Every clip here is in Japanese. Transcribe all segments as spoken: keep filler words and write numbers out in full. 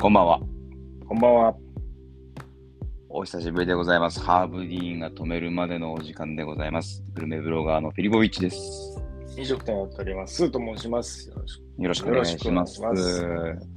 こんばんは。 こんばんは。 お久しぶりでございます。ハーブディーンが止めるまでのお時間でございます。グルメブロガーのフィリボビッチです。 飲食店をやっております。スーと申します。 よろしくお願いします。 よろしくお願いします。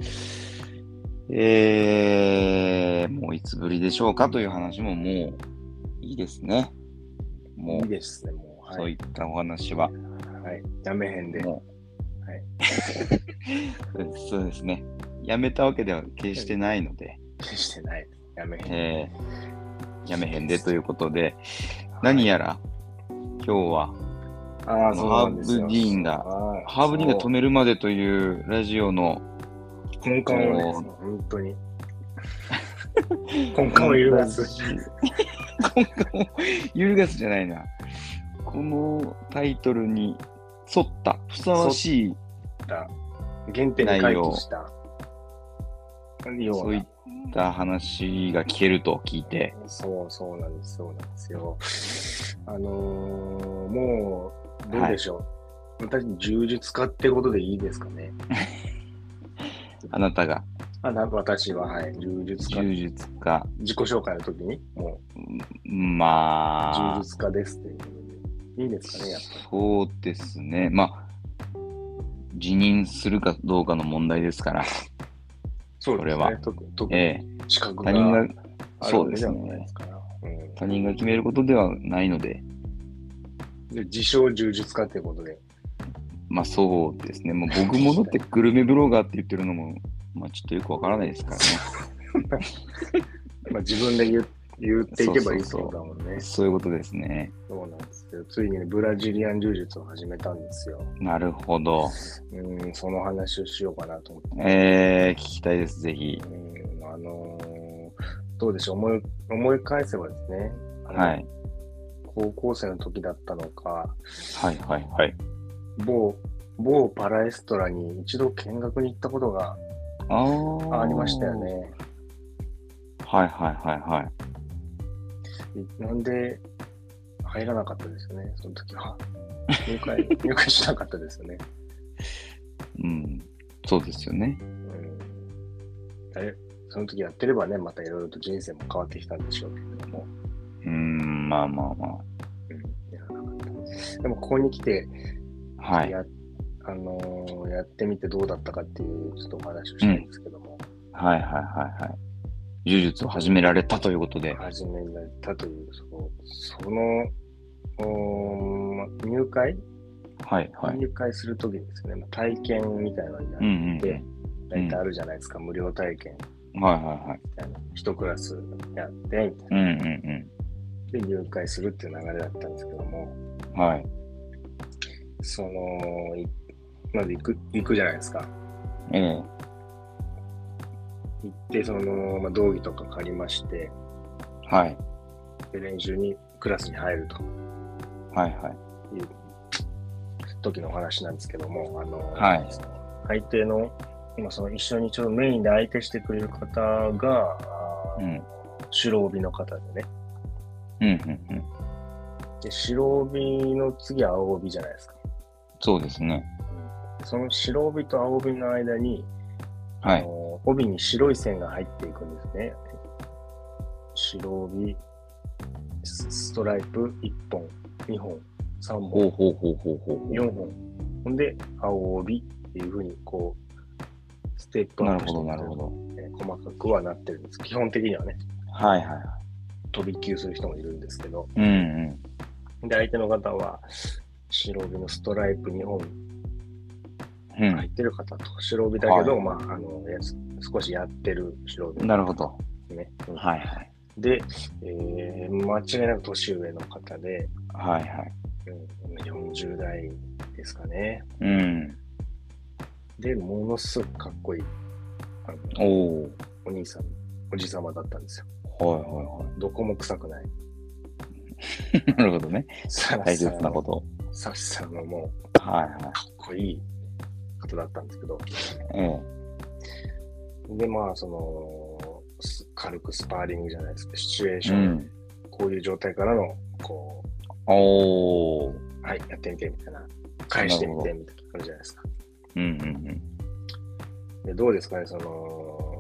えー、もういつぶりでしょうかという話ももういいですね。もう、 いいですね、もう。はい、 そういったお話は。 はい。やめへんで。 もう、はい、 そうですね。やめたわけでは決してないので。 決してない。やめへん。 えー、やめへんでということで、何やら今日は、 あのハーブディーンが、ハーブディーンが止めるまでというラジオの根幹をね、本当に。根幹を揺るがす。 根幹を揺るがすじゃないな。このタイトルに沿ったふさわしい原点に回帰したそういった話が聞けると聞いて。 そうそうなんです、そうなんですよ。あのー、もうどうでしょう。はい、私、柔術家ってことでいいですかね。 あなたが。 あな私は、はい、柔術家。 柔術家。 自己紹介の時に、もう、まあ、柔術家ですっていうことで。いいですかね、やっぱり。 そうですね。まあ、辞任するかどうかの問題ですから。 そうですね。 それは。 特に資格が他人が、 あるわけではないですから。 うん、他人が決めることではないので。 で自称柔術家ということで。 まあそうですね。もう僕もだってグルメブロガーって言ってるのも、まあちょっとよくわからないですからね。 まあ自分で言言っていけばいいってことだもんね。 そうそうそう。そういうことですね。 そうなんですよ。ついに、ね、ブラジリアン柔術を始めたんですよ。 なるほど。 うん、その話をしようかなと思って。 えー、聞きたいです、ぜひ。 うん、あのー、どうでしょう、思い、思い返せばですね。 はい。 高校生の時だったのか。 はいはいはい。 某、某パラエストラに一度見学に行ったことがありましたよね。 はいはいはいはい。 なんで入らなかったですよね、その時は。入会、入会しなかったですよね。 うん、そうですよね。 うん、あれ、その時やってればね、またいろいろと人生も変わってきたんでしょうけれども。 うーん、まあまあまあ。 うん、やらなかった。でも、ここに来て、 はい。 や、あのー、やってみてどうだったかっていう、ちょっとお話をしたいんですけども。 うん、はいはいはいはい。柔術を始められたということで。 始められたという、そうその、入会はいはい。 入会するときにですね、体験みたいなのになって、うんうん、大体あるじゃないですか、うん、無料体験。 はいはいはい。 一クラスやって、みたいな。 うんうんうん。 で、入会するっていう流れだったんですけども。 はい。 その、まず行く、行くじゃないですか。 ええ。 行って、その、まあ、道着とか借りまして、 はい。 で、練習に、クラスに入ると。 はいはい。 いう時のお話なんですけども、あの、 はい。 相手の、今その一緒にちょっとメインで相手してくれる方が、うん、白帯の方でね。 うんうんうん。 で、白帯の次は青帯じゃないですか。 そうですね。 その白帯と青帯の間に、 はい、 あの帯に白い線が入っていくんですね。白帯、ストライプいっぽん、にほん、さんぼん、 ほうほうほうほうほうよんほん。ほんで、青帯っていうふうに、こう、ステップアップして、 なるほど、なるほど、 えー。細かくはなってるんです。基本的にはね。 はいはいはい。 飛び級する人もいるんですけど。 うんうん。 で、相手の方は、白帯のストライプにほん入ってる方と、うん、白帯だけど、はい、まあ、あの、少しやってる白帯、 ね。なるほど。 ね。 うん、はいはい。 で、えー、間違いなく年上の方で、 はいはい。 うん、よんじゅう代ですかね。 うん。 で、ものすごくかっこいい、あのお, お兄さん、おじさまだったんですよ。 はいはいはい。 どこも臭くない。 なるほどね。 サラ大切なこと。 サシさんのもう、はいはい。 かっこいい方だったんですけど。 ええ。 で、まあ、その、軽くスパーリングじゃないですか、シチュエーション、うん、こういう状態からの、こう、 おー。 はい、やってみてみたいな、返してみてみたいな感じじゃないですか。 うんうんうん。 で、どうですかね、その、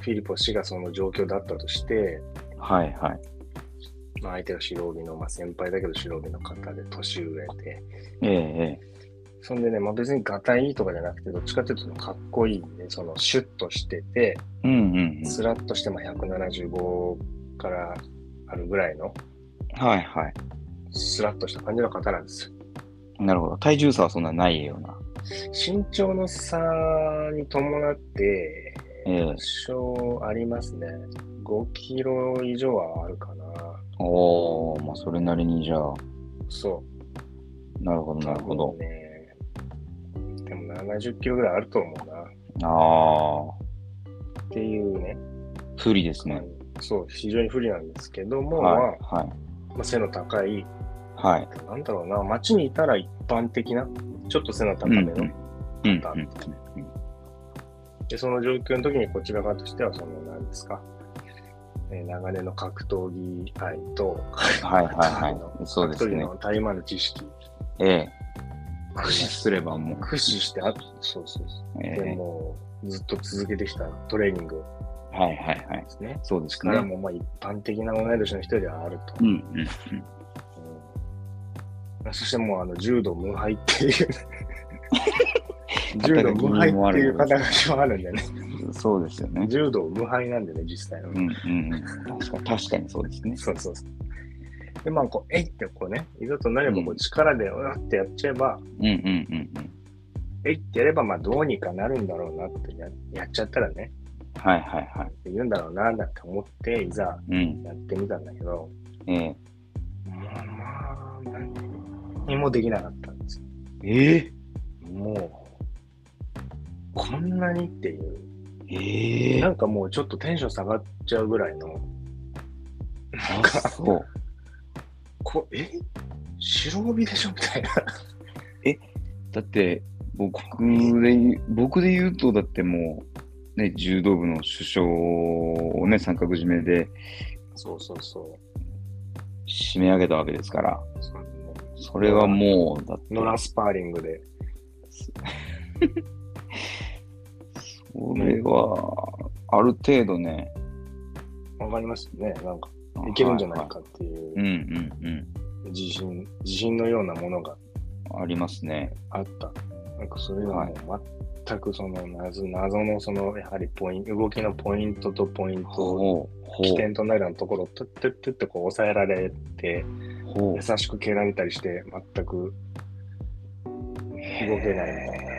フィリポ氏がその状況だったとして、 はいはい。 まあ、相手が白帯の、まあ、先輩だけど白帯の方で年上で、 ええええ。 そんでね、まあ、別にガタイいいとかじゃなくて、どっちかっていうとかっこいいんで、そのシュッとしてて、 うんうんうん。 スラッとしてもひゃくななじゅうごからあるぐらいの、 はいはい。 スラッとした感じの方なんですよ。 なるほど。体重差はそんなないような。 身長の差に伴って、 ええ。 多少ありますね。ごキロ以上はあるかな。 おー、まあそれなりにじゃあ。 そう。 なるほどなるほど。 ね、でもななじゅっキロぐらいあると思うな。 ああ。 っていうね。 不利ですね。 そう、非常に不利なんですけども、 はい、 まあ、 はい。 まあ、背の高い、 はい。 なんだろうな、街にいたら一般的な、ちょっと背の高めの方、 うんうんうんで、その状況の時にこちら側としては、その、何ですか、えー長年の格闘技愛と、 はいはいはい。そうですね。 格闘技のたゆまぬ知識。 ええ。駆使すればもう。 駆使して、あそうそうそう。 ええ、 でもうずっと続けてきたトレーニングはいはいはい。 ですね。 そうですね。 からもまあ一般的な同い年の人ではあると。 うんうんうん。 うん、そしてもうあの柔道無敗っていう柔道無敗っていう肩書きもあるんでね。 そうですよね。 柔道無敗なんでね、実際の。 うんうんうん。確かに、確かにそうですね。 そうそうそう。で、まあ、こう、えいってこうね、いざとなればこう力でうわってやっちゃえば、 うんうんうんうん。 えいってやれば、まあ、どうにかなるんだろうなってややっちゃったらね、 はいはいはい。 って言うんだろうな、だって思って、いざやってみたんだけど、 うん、ええまあ、まあ、何にもできなかったんですよ。 ええー、もう、こんなにっていう。 ええなんかもうちょっとテンション下がっちゃうぐらいの。 なんか、そう。 こえ白帯でしょみたいな。 え、だって、僕で、僕で言うと、だってもう、ね、柔道部の主将をね、三角締めで、 そうそうそう。 締め上げたわけですから、 そ, それはもう、だって。 ノラスパーリングで。 それは、ある程度ね。 わかりますよね。なんか、いけるんじゃないかっていう、 うんうんうん、 自信、自信のようなものがありますね。 あった。なんかそれがもう全くその謎、謎のそのやはりポイント、動きのポイントとポイント、起点となるようなところをトゥットゥットゥッとこう抑えられて、優しく蹴られたりして全く動けないみたいな。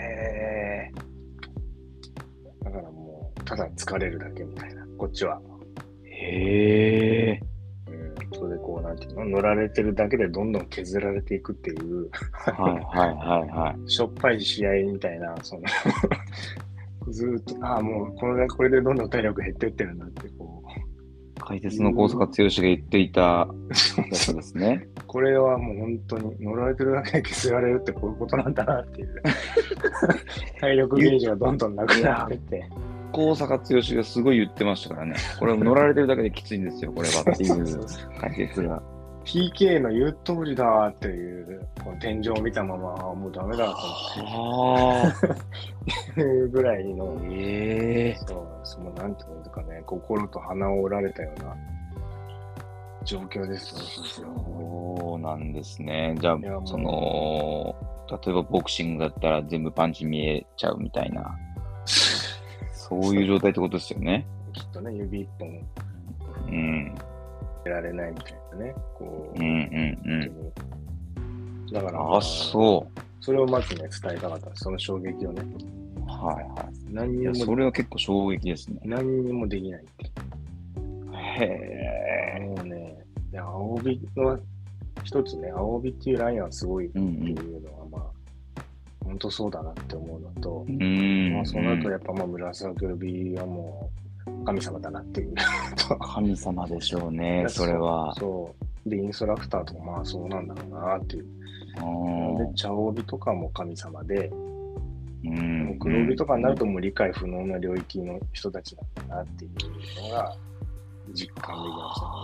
だからもうただ疲れるだけみたいな、こっちは。 へえ。 うん、それでこうなんていうの、乗られてるだけでどんどん削られていくっていう。 はいはいはいはい。 しょっぱい試合みたいな、そのずーっと、ああ、もうこれこれでどんどん体力減ってってるんだってこう。 解説の高坂剛が言っていたやつですね。 これはもう本当に乗られてるだけで削られるってこういうことなんだなっていう。体力ゲージがどんどんなくなってって。 高坂剛がすごい言ってましたからね。これ乗られてるだけできついんですよ、これはっていう解説が。 ピーケー の言う通りだっていう、この天井を見たまま、もうダメだというぐらいの、 えー、 そう、そのなんていうんですかね、心と鼻を折られたような状況ですよ。 そうなんですね。じゃあ、その、例えばボクシングだったら全部パンチ見えちゃうみたいな、そういう状態ってことですよね。 きっとね、指一本。 うん。 得られないみたいなね。こう。 うんうんうん。 だから、 あ、そう。 それをまずね、伝えたかった。その衝撃をね。 はいはい。 何にも。 それは結構衝撃ですね。 何にもできないって。 へぇー。もうね、青帯の一つね、青帯っていうラインはすごいっていうのは、まあ、うんうん、本当そうだなって思うのと、 うんまあ、その後やっぱまあ紫帯はもう神様だなっていう神様でしょうね、それは。 そうでインストラクターとかまあそうなんだろうなっていう。で茶帯とかも神様で、うん、黒帯とかになるともう理解不能な領域の人たちなんだなっていうのが実感できましたね。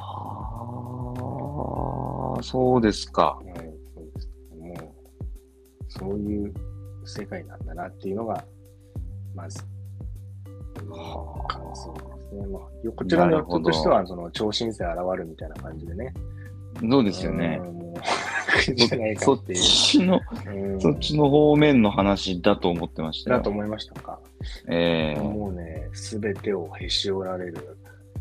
ああ、そうですか。 はい、そうです。もうそういう世界なんだなっていうのがまずはあ、そうですね。まあ、こちらのヨットとしては、その超新星現るみたいな感じでね。 そうですよね。 もうじゃないかそっっていう。 ちの、そっちの方面の話だと思ってましたよ。 だと思いましたか。 ええー。 もうね、すべてをへし折られる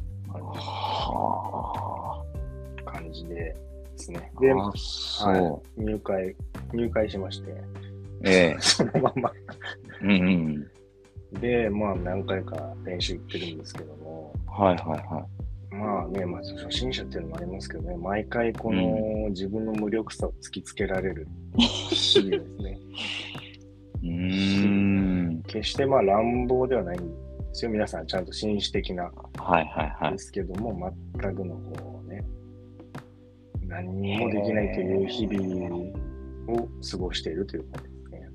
はあ感じでですね。で、 あそう、 はい、入会、入会しまして、 ええー、 そのままうんうんで、まあ何回か練習行ってるんですけども、 はいはいはい。 まあね、まあ初心者っていうのもありますけどね、毎回この自分の無力さを突きつけられる日々ですね。 うーん。 決してまあ乱暴ではないんですよ。皆さんちゃんと紳士的なはいはいはい。 ですけども、全くのこうね、何もできないという日々を過ごしているという感じですね。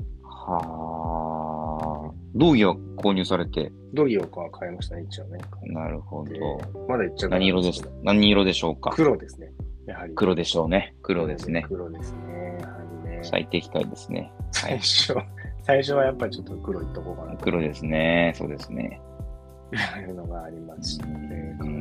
はあ。道着は購入されて。 道着を買いましたね、一応ね。 なるほど。 まだ言っちゃう何色ですか？何色でしょうか？ 黒ですね。やはり。 黒でしょうね。黒ですね。 黒ですね。やはりね。 最適解ですね。 最初、最初はやっぱりちょっと黒いとこかな。 黒ですね。そうですね。 いうのがありまして、ね。 うん、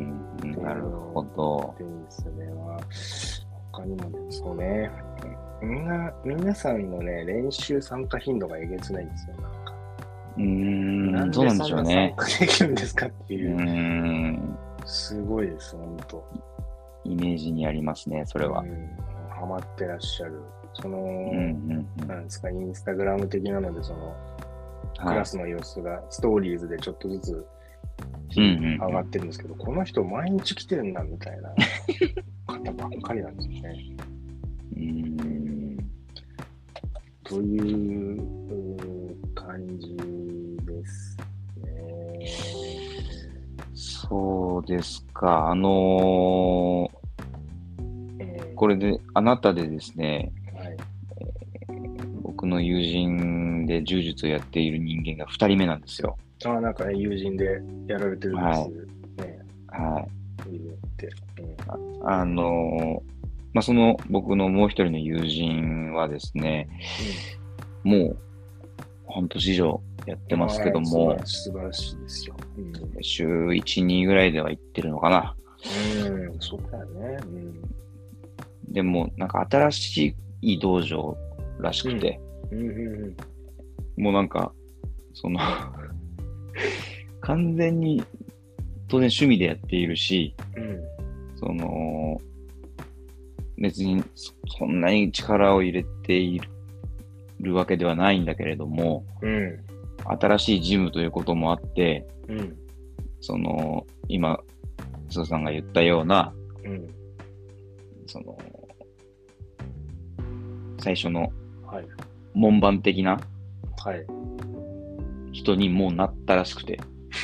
なるほど。 でですね、まあ、他にもね、そうね、みんな、皆さんのね、練習参加頻度がえげつないんですよ、なんか。 うーん、そうなんでしょうね。 参加できるんですかっていう。 うーん。 すごいです、ほんと。 イメージにありますね、それは。うん、 ハマってらっしゃる。その、 うんうんうん、 なんですか、インスタグラム的なので、その、クラスの様子がストーリーズでちょっとずつ上がってるんですけど、うんうんうん、この人毎日来てるんだみたいな方ばっかりなんですよね。 うーんという感じですね。 そうですか。あのーえー、これで、あなたでですね、はいえー、僕の友人で柔術をやっている人間がふたりめなんですよ。 ああ、なんか、ね、友人でやられてるんですね。 はい。はい。 って、 うん、あ、あのー、まあ、その僕のもう一人の友人はですね、うん、もう半年以上やってますけども、 素晴らしいですよ。 うん、週いち、にぐらいでは行ってるのかな。 うん、そうだよね。うん、 でも、なんか新しい道場らしくて、 うんうんうんうん、 もうなんか、その、完全に当然趣味でやっているし、うん、その、別にそんなに力を入れているわけではないんだけれども、うん、新しいジムということもあって、うん、その、今、須藤さんが言ったような、うん、その、最初の門番的な人にもうなったらしくて、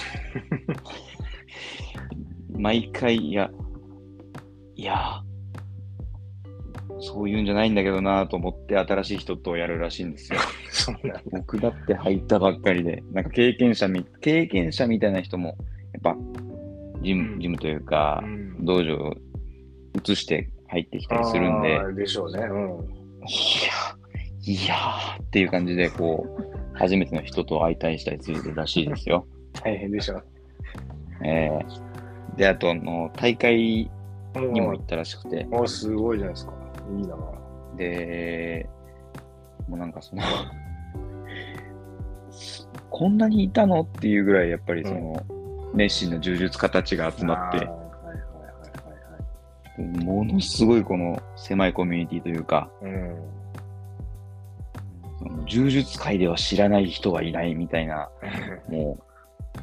毎回、いや、いや、そういうんじゃないんだけどなと思って新しい人とやるらしいんですよ。 そうなんだ。 僕だって入ったばっかりで、なんか経験者み、経験者みたいな人も、やっぱ、ジム、うん、ジムというか、うん、道場を移して入ってきたりするんで。 でしょうね。うん。 いや、いやーっていう感じで、こう、初めての人と相対したりするらしいですよ。 大変でしょ。 えー、で、あと、あの、大会にも行ったらしくて。 あ、すごいじゃないですか。いいな。 で、もうなんかその、こんなにいたのっていうぐらい、やっぱりその、うん、熱心な柔術家たちが集まって、ものすごいこの狭いコミュニティというか、うん、その柔術界では知らない人はいないみたいな、もう、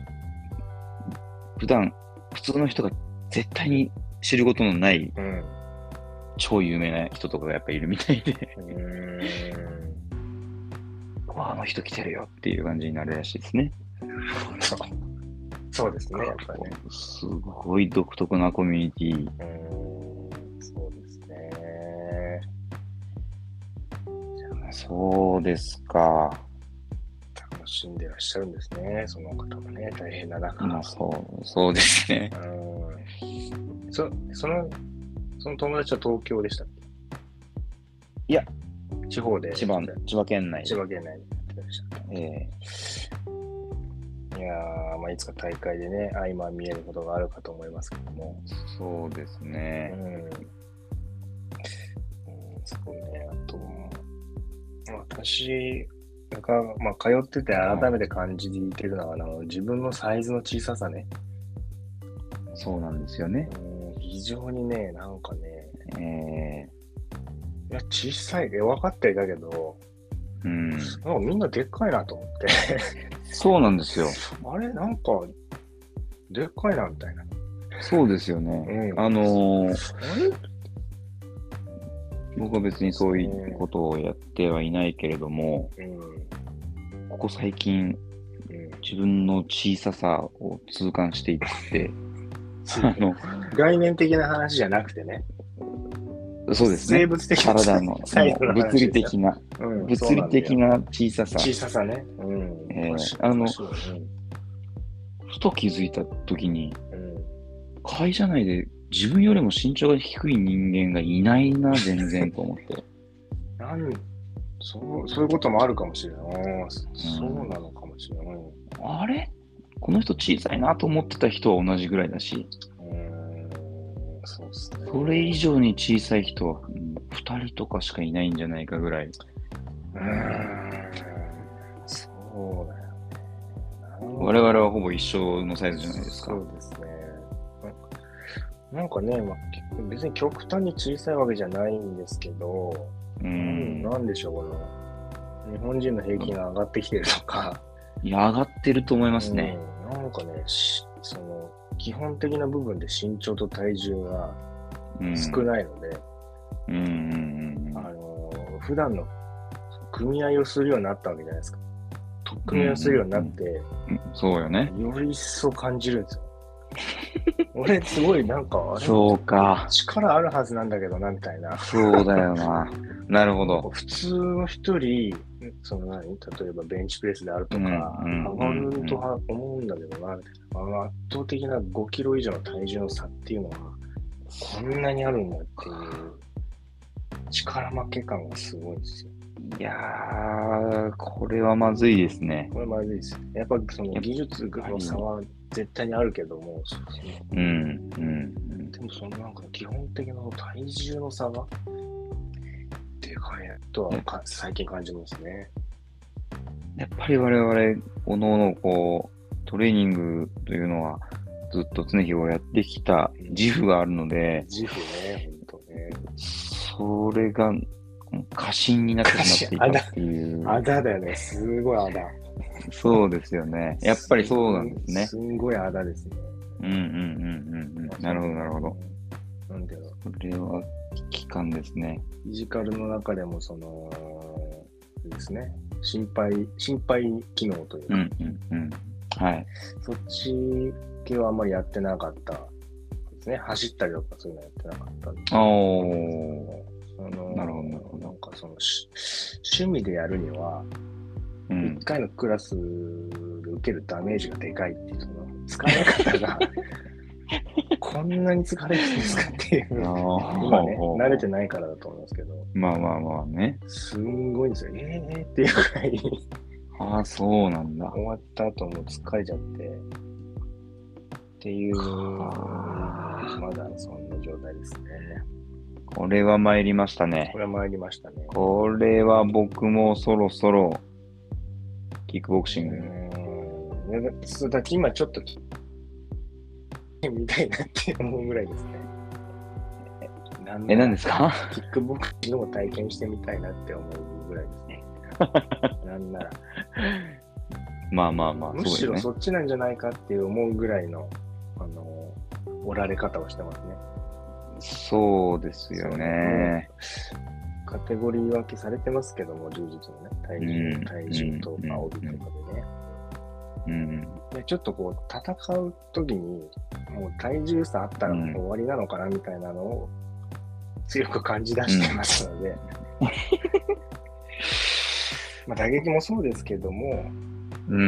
普段、普通の人が絶対に知ることのない、うん、超有名な人とかがやっぱいるみたいで、うーん、あの人来てるよっていう感じになるらしいですね。 そうですね、やっぱりね。 すごい独特なコミュニティ。うーん、そうですね。 そうですか。 楽しんでらっしゃるんですね、その方もね、大変な中。 まあ、そう、そうですね。 うん。そ、その、その友達は東京でしたっけ？ いや、 地方で。 千葉、千葉県内。 千葉県内でやってらっしゃる。 えいやー、まあ、いつか大会でね、相ま見えることがあるかと思いますけども。 そうですね。 うん。うん、そうね、あと、私が、まあ、通ってて改めて感じてるのは、あの自分のサイズの小ささね。 そうなんですよね。 うん、非常にね、なんかね、 えいや、小さいで分かっていたけど、 ー、うん。 なんかみんなでっかいなと思って。 そうなんですよ。 あれなんか、でっかいなみたいな。 そうですよね。 うん、 あのー、 あれ僕は別にそういうことをやってはいないけれども、 うん、 ここ最近、 うん、 自分の小ささを痛感していって、あの、 概念的な話じゃなくてね。 そうですね。 生物的な体の、 サイズの話物理的な、 うん、 物理的な小ささ。 小ささね。うん。 えー、あの、ふと気づいたときに、うん、会社内で自分よりも身長が低い人間がいないな、全然と思って。 なんそう、そういうこともあるかもしれない。うん、そうなのかもしれない。 あれこの人小さいなと思ってた人は同じぐらいだし、 うんそうっすね、 それ以上に小さい人はふたりとかしかいないんじゃないかぐらい。 うーんそうだよね。 我々はほぼ一緒のサイズじゃないですか。 そうですね。なんかね、まあ、別に極端に小さいわけじゃないんですけど、うん、なんでしょう、この日本人の平均が上がってきてるとか。 いや、上がってると思いますね。 うん、なんかね、その基本的な部分で身長と体重が少ないので、 うんうんうん、 あの普段の組み合いをするようになったわけじゃないですか。組み合いをするようになって、 うんうんうん、そうよね。 より一層感じるんですよ。俺すごいなんかあれそうか力あるはずなんだけどなみたいな。 そうだよな。なるほど。 普通の一人その何例えばベンチプレスであるとか、うん、上がるとは思うんだけどなみたいな。あの圧倒的なごキロ以上の体重の差っていうのはこんなにあるんだっていう力負け感がすごいですよ。 いやー、これはまずいですね。 これまずいです。やっぱその技術の差は絶対にあるけども、 うん、うん。 でもそのなんか基本的な体重の差がでかいとはか最近感じますね。 やっぱり我々、おのおのこう、トレーニングというのはずっと常日頃やってきた自負があるので、 自負ね、本当ね。 それが過信になってしまっていたっていう。 あだだよね、すごいあだ。 そうですよね。やっぱりそうなんですね。 すんごいあだですね。 うんうんうんうんうん。なるほどなるほど。 なんだろう。 これは危機感ですね。 フィジカルの中でもそのですね、心配心配機能というか、 うんうんうん、はい。 そっち系はあんまりやってなかったですね。走ったりとかそういうのやってなかったんですけど。 おー。 あのなるほどなるほど。 なんかその趣味でやるには、うん、いっかいのクラスで受けるダメージがでかいっていう、その疲れ方がこんなに疲れるんですかっていう今ね慣れてないからだと思いますけど、 まあまあまあね、 すんごいんですよ。ええー、っていうくらいああそうなんだ。 終わった後も疲れちゃってっていう、まだそんな状態ですね。 これは参りましたね。 これは参りましたね。 これは僕もそろそろキックボクシング。 うーん。そうだって今ちょっとみたいなって思うぐらいですね。 え、何ですか？ キックボクシングも体験してみたいなって思うぐらいですね。なんなら。 まあまあまあ、 むしろそっちなんじゃないかって思うぐらいの、あの、おられ方をしてますね。 そうですよね。 カテゴリー分けされてますけども、柔術のね、体重、うん、体重とか帯とかでね。 うん、 でちょっとこう、戦うときに、もう体重差あったら終わりなのかなみたいなのを強く感じ出してますので、うん、まあ打撃もそうですけども、 うん、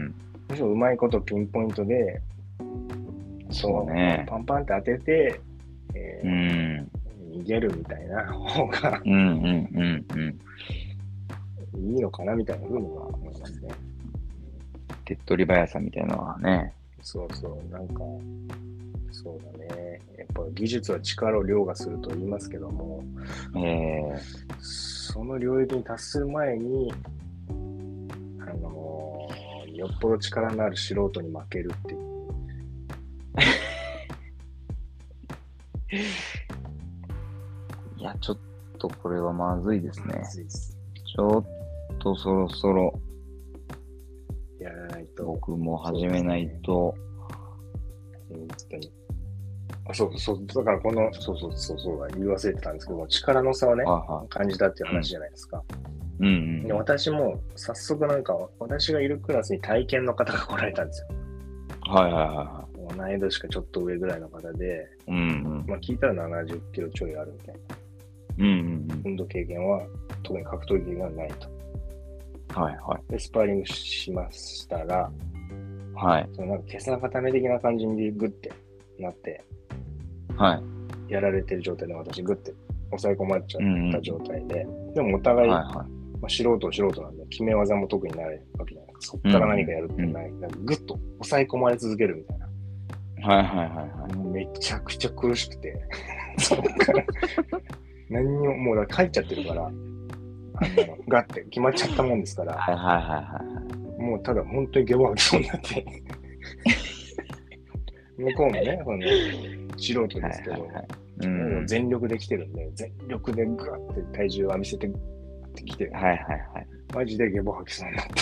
むしろうまいことピンポイントで、 そうね、 パンパンって当てて、えーうん、逃げるみたいな方がいいのかなみたいなふうには思いますね。 手っ取り早さみたいなのはね。 そうそう、なんか、そうだね。やっぱ技術は力を凌駕すると言いますけども、 えー、 その領域に達する前に、あのー、よっぽど力のある素人に負けるっていう。 いや、ちょっとこれはまずいですね。 まずいです。 ちょっとそろそろやらないと。 僕も始めないと。 本当に。あ、そうそう、だからこの、そうそうそうそう、言い忘れてたんですけども、力の差をね、 はいはい、 感じたっていう話じゃないですか。 うんうん、 で私も早速なんか、私がいるクラスに体験の方が来られたんですよ。 はいはいはい。同い年かちょっと上ぐらいの方で、 うんうん、 まあ聞いたらななじゅっキロちょいあるみたいな。 うんうんうん、 運動経験は、特に格闘技がないと。 はいはい。 で、スパーリングしましたら、 はい。 そのなんか、ケサ固め的な感じにグッてなって、 はい。 やられてる状態で私グッて抑え込まれちゃった状態で、うんうん、でもお互い、はいはい、まあ、素人素人なんで、決め技も特にないわけじゃないですか。そっから何かやるってない。うんうん、グッと抑え込まれ続けるみたいな。 はいはいはいはい。 めちゃくちゃ苦しくて、そっから何にも、もうだから帰っちゃってるから、あんなのガッて決まっちゃったもんですから、 はいはいはいはい。 もうただ本当にゲボ吐きそうになって、向こうもね、この素人ですけど、はいはいはい、うん、もう全力で来てるんで、全力でグワッて体重を浴びせてきて、 はいはいはい、 マジでゲボ吐きそうになって。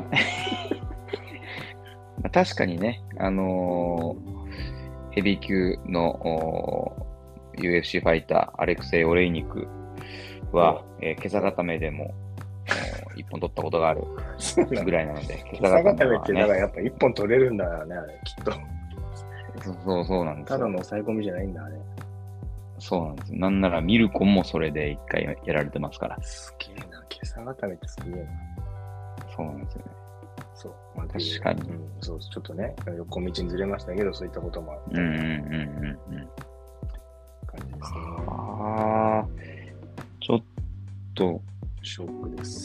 確かにね、あのー、ヘビー級の ユーエフシー ファイター、アレクセイ・オレイニクは、えー、今朝固めでも一本取ったことがあるぐらいなので、 今朝固めってだからやっぱ一本取れるんだよね、あれ、きっと。 そうそうそうなんですよ。 ただの抑え込みじゃないんだ、あれ。 そうなんですよ。なんならミルコンもそれで一回やられてますから。 すげえな、今朝固めってすげえな。 そうなんですよね。 そう。まあ、 確かに、 うん。そう、ちょっとね、横道にずれましたけど、そういったこともあって。 うんうんうんうんうん。 感じですね。 ああ、ちょっと、 ショックです。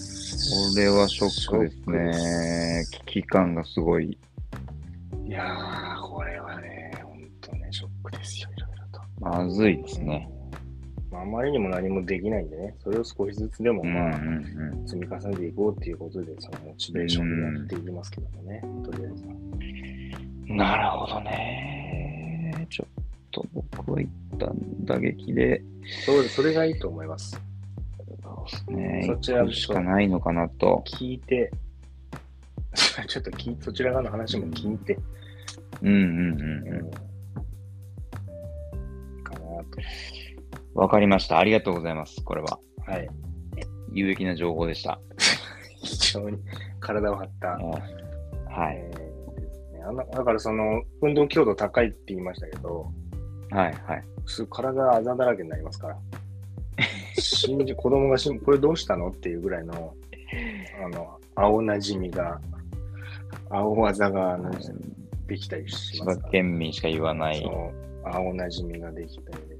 これはショックですね。危機感がすごい。 いやー、これはね、ほんとね、ショックですよ、いろいろと。 まずいですね。 うん、まあ、あまりにも何もできないんでね、それを少しずつでも、まあ、うんうんうん、積み重ねていこうっていうことで、そのモチベーションでやっていきますけどもね、うん、とりあえずは。 なるほどね。ちょっと僕は一旦打撃で。 そうです、それがいいと思います。 そうですね。 そちらしかないのかなと。 聞いて、ちょっと聞そちら側の話も聞いて、 うんうんうんうん。 かなと。 わかりました。ありがとうございます。これは。 はい。 有益な情報でした。 非常に体を張った。 はい。 えー、あのだからその、運動強度高いって言いましたけど、 はいはい。 体あざだらけになりますから。信じ、子供がしん、これどうしたのっていうぐらいの、あの、青なじみが、青あざができたりしますから。 千葉県民しか言わない。 そう、青なじみができたりで。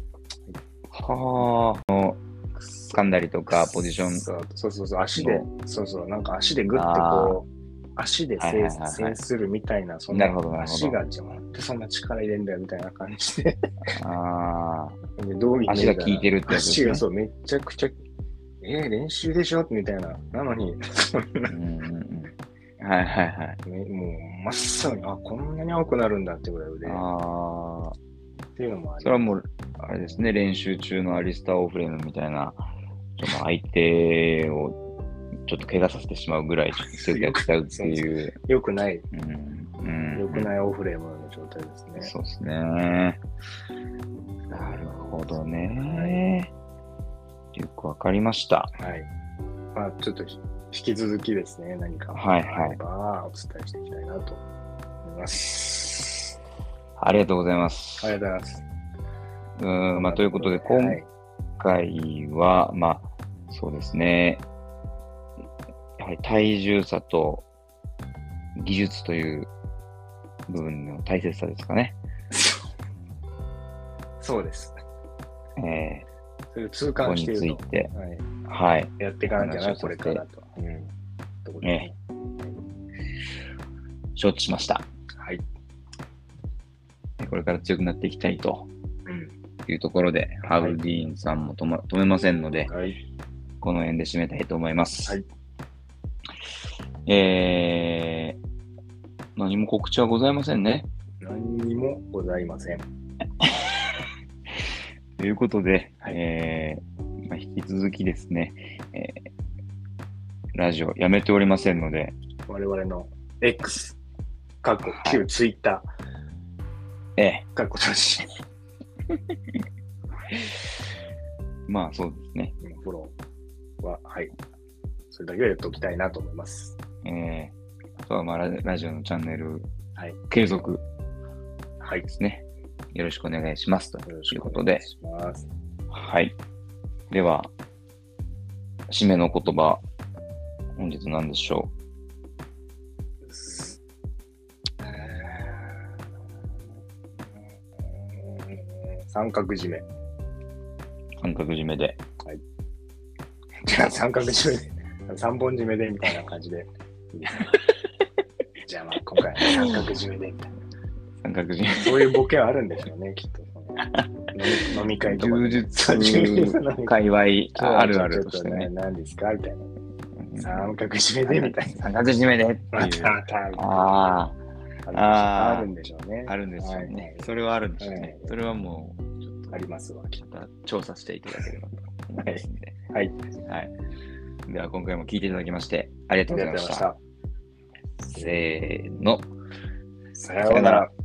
はあ。掴んだりとか、ポジション。 そうそうそうそう、足で、そうそう、なんか足でグッてこう、足で制するみたいな、そんな足がじゃなくてそんな力入れんだよみたいな感じで。 ああ。 どういう足が効いてるってやつですね。 足がそう、めちゃくちゃ、えー、練習でしょみたいな。なのに、そんな。 うんうんうん。はいはいはい。 ね、もう、真っ青に、あ、こんなに青くなるんだってぐらいで。 ああ。 っていうのもある。 それはもう、あれですね、練習中のアリスター・オフレームみたいな、その相手をちょっと怪我させてしまうぐらい強くやっちゃうっていう。 よくない。 うんうん、 よくないオフレームの状態ですね。 そうですね。なるほどね。はい、よくわかりました。 はい。まあ、ちょっと引き続きですね、何かあればお伝えしていきたいなと思います。 ありがとうございます。 ありがとうございます。 うん、まあ、ということで、今回は、はい、まあ、そうですね。やはり体重差と技術という部分の大切さですかね。 そうです。 ええー、それを痛感していると。 ここについて、はい。はい、 やっていかなきゃな、これからと。うん。 ね。 承知しました。 はい。 これから強くなっていきたいというところで、 うん、 ハウルディーンさんも止、ま、止めませんので、 はい、 この辺で締めたいと思います。 はい、 えー、何も告知はございませんね。 何にもございません。 ということで、 はい、 えーまあ、引き続きですね、えー、ラジオやめておりませんので、 我々の X、過去旧 Twitter、 ええ、 過去写真。 まあそうですね。 フォローは、はい。それだけはやっておきたいなと思います。 ええー、あとはまあラ、ラジオのチャンネル、 はい、 継続はいですね。よろしくお願いしますということで。 よろしくお願いします。 はい。では、締めの言葉、本日何でしょう。 三角締め。 三角締めで。 はい。じゃあ三角締めで、三本締めでみたいな感じでいいですか。じゃあまあ今回は三角締めでみたいな。 三角締め。 そういうボケはあるんでしょうね、きっと。飲み、飲み会とか。 柔術界隈あるあるとしてね。 何ですかみたいな。三角締めでみたいな。 三角締めでっていう。 またまた。 ああ。 あるんでしょうね。 あるんですよね。それはあるんでしょうね。それはもう、ちょっとありますわ。 また調査していただければと思いますので。 はい。 はい。では今回も聞いていただきましてありがとうございました。せーの。 さようなら。